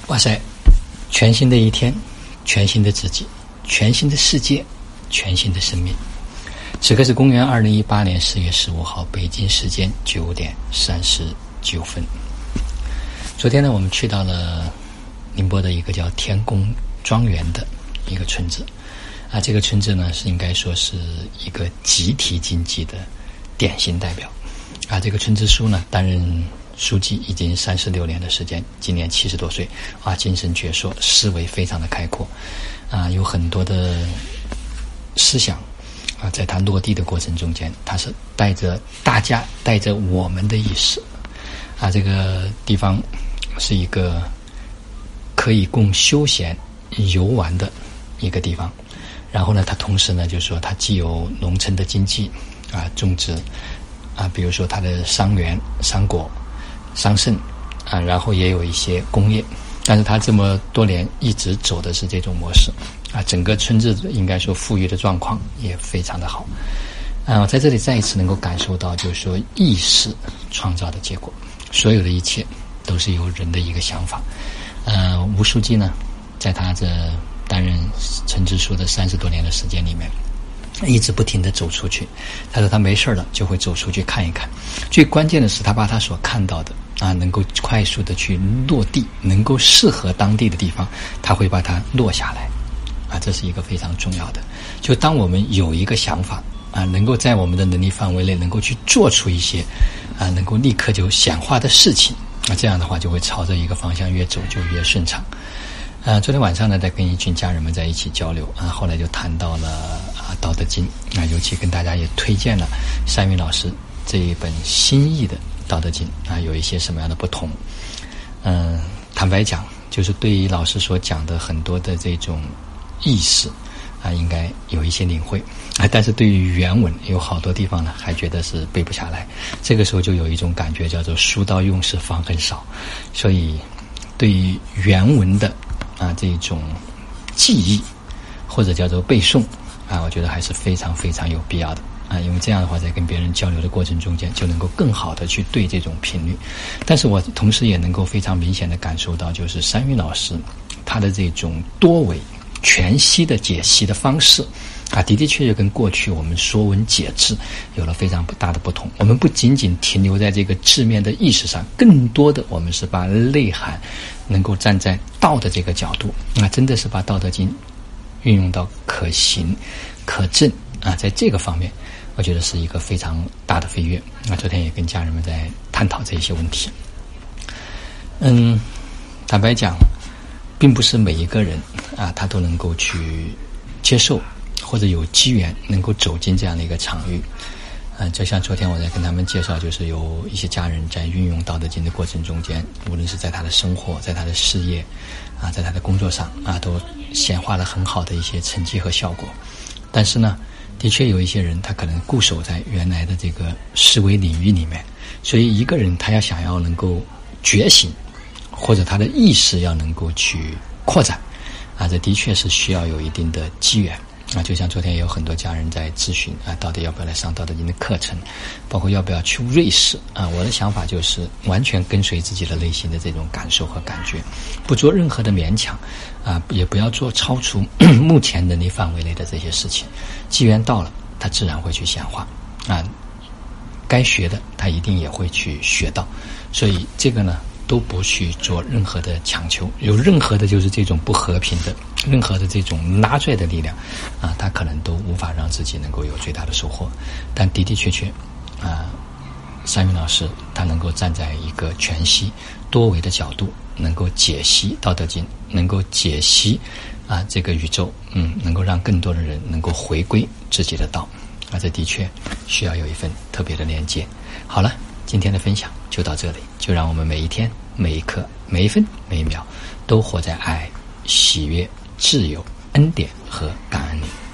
哇塞，全新的一天，全新的自己，全新的世界，全新的生命。此刻是公元2018年4月15号北京时间9点39分。昨天呢，我们去到了宁波的一个叫天宫庄园的一个村子啊，这个村子呢是应该说是一个集体经济的典型代表啊。这个村支书呢担任书记已经36年的时间，今年70多岁啊，精神矍铄，思维非常的开阔啊，有很多的思想啊，在他落地的过程中间，他是带着大家，带着我们的意识啊。这个地方是一个可以供休闲游玩的一个地方，然后呢，它同时呢，就是说它既有农村的经济啊，种植啊，比如说它的桑园、桑果、桑葚啊，然后也有一些工业，但是它这么多年一直走的是这种模式啊，整个村子应该说富裕的状况也非常的好啊。我在这里再一次能够感受到，就是说意识创造的结果，所有的一切都是由人的一个想法。吴书记呢，在他这担任村支书的30多年的时间里面，一直不停地走出去。他说他没事了就会走出去看一看，最关键的是他把他所看到的啊，能够快速的去落地，能够适合当地的地方，他会把它落下来啊，这是一个非常重要的。就当我们有一个想法啊，能够在我们的能力范围内能够去做出一些啊，能够立刻就显化的事情啊，这样的话就会朝着一个方向越走就越顺畅。昨天晚上呢，在跟一群家人们在一起交流啊，后来就谈到了啊《道德经》啊，尤其跟大家也推荐了山云老师这一本新译的《道德经》啊，有一些什么样的不同？坦白讲，就是对于老师所讲的很多的这种意识啊，应该有一些领会啊，但是对于原文有好多地方呢，还觉得是背不下来。这个时候就有一种感觉叫做书到用时方恨少，所以对于原文的啊这种记忆或者叫做背诵啊，我觉得还是非常非常有必要的啊，因为这样的话在跟别人交流的过程中间就能够更好的去对这种频率。但是我同时也能够非常明显的感受到，就是山云老师他的这种多维全息的解析的方式啊，的的确确跟过去我们说文解字有了非常大的不同。我们不仅仅停留在这个字面的意识上，更多的我们是把内涵能够站在道的这个角度啊，真的是把《道德经》运用到可行可证啊，在这个方面我觉得是一个非常大的飞跃啊。昨天也跟家人们在探讨这些问题。坦白讲，并不是每一个人啊，他都能够去接受或者有机缘能够走进这样的一个场域。就像昨天我在跟他们介绍，就是有一些家人在运用《道德经》的过程中间，无论是在他的生活，在他的事业啊，在他的工作上啊，都显化了很好的一些成绩和效果。但是呢，的确有一些人他可能固守在原来的这个思维领域里面，所以一个人他想要能够觉醒，或者他的意识要能够去扩展啊，这的确是需要有一定的机缘啊。就像昨天也有很多家人在咨询啊，到底要不要来上《道德经》的课程，包括要不要去瑞士啊。我的想法就是完全跟随自己的内心的这种感受和感觉，不做任何的勉强啊，也不要做超出目前能力范围内的这些事情。机缘到了，它自然会去显化啊，该学的他一定也会去学到。所以这个呢，都不去做任何的强求，有任何的就是这种不和平的，任何的这种拉拽的力量啊，他可能都无法让自己能够有最大的收获。但的的确确啊，山云老师他能够站在一个全息多维的角度，能够解析《道德经》，能够解析啊这个宇宙，能够让更多的人能够回归自己的道啊，这的确需要有一份特别的连接。好了，今天的分享就到这里，就让我们每一天每一刻每一分每一秒都活在爱、喜悦、自由、恩典和感恩里。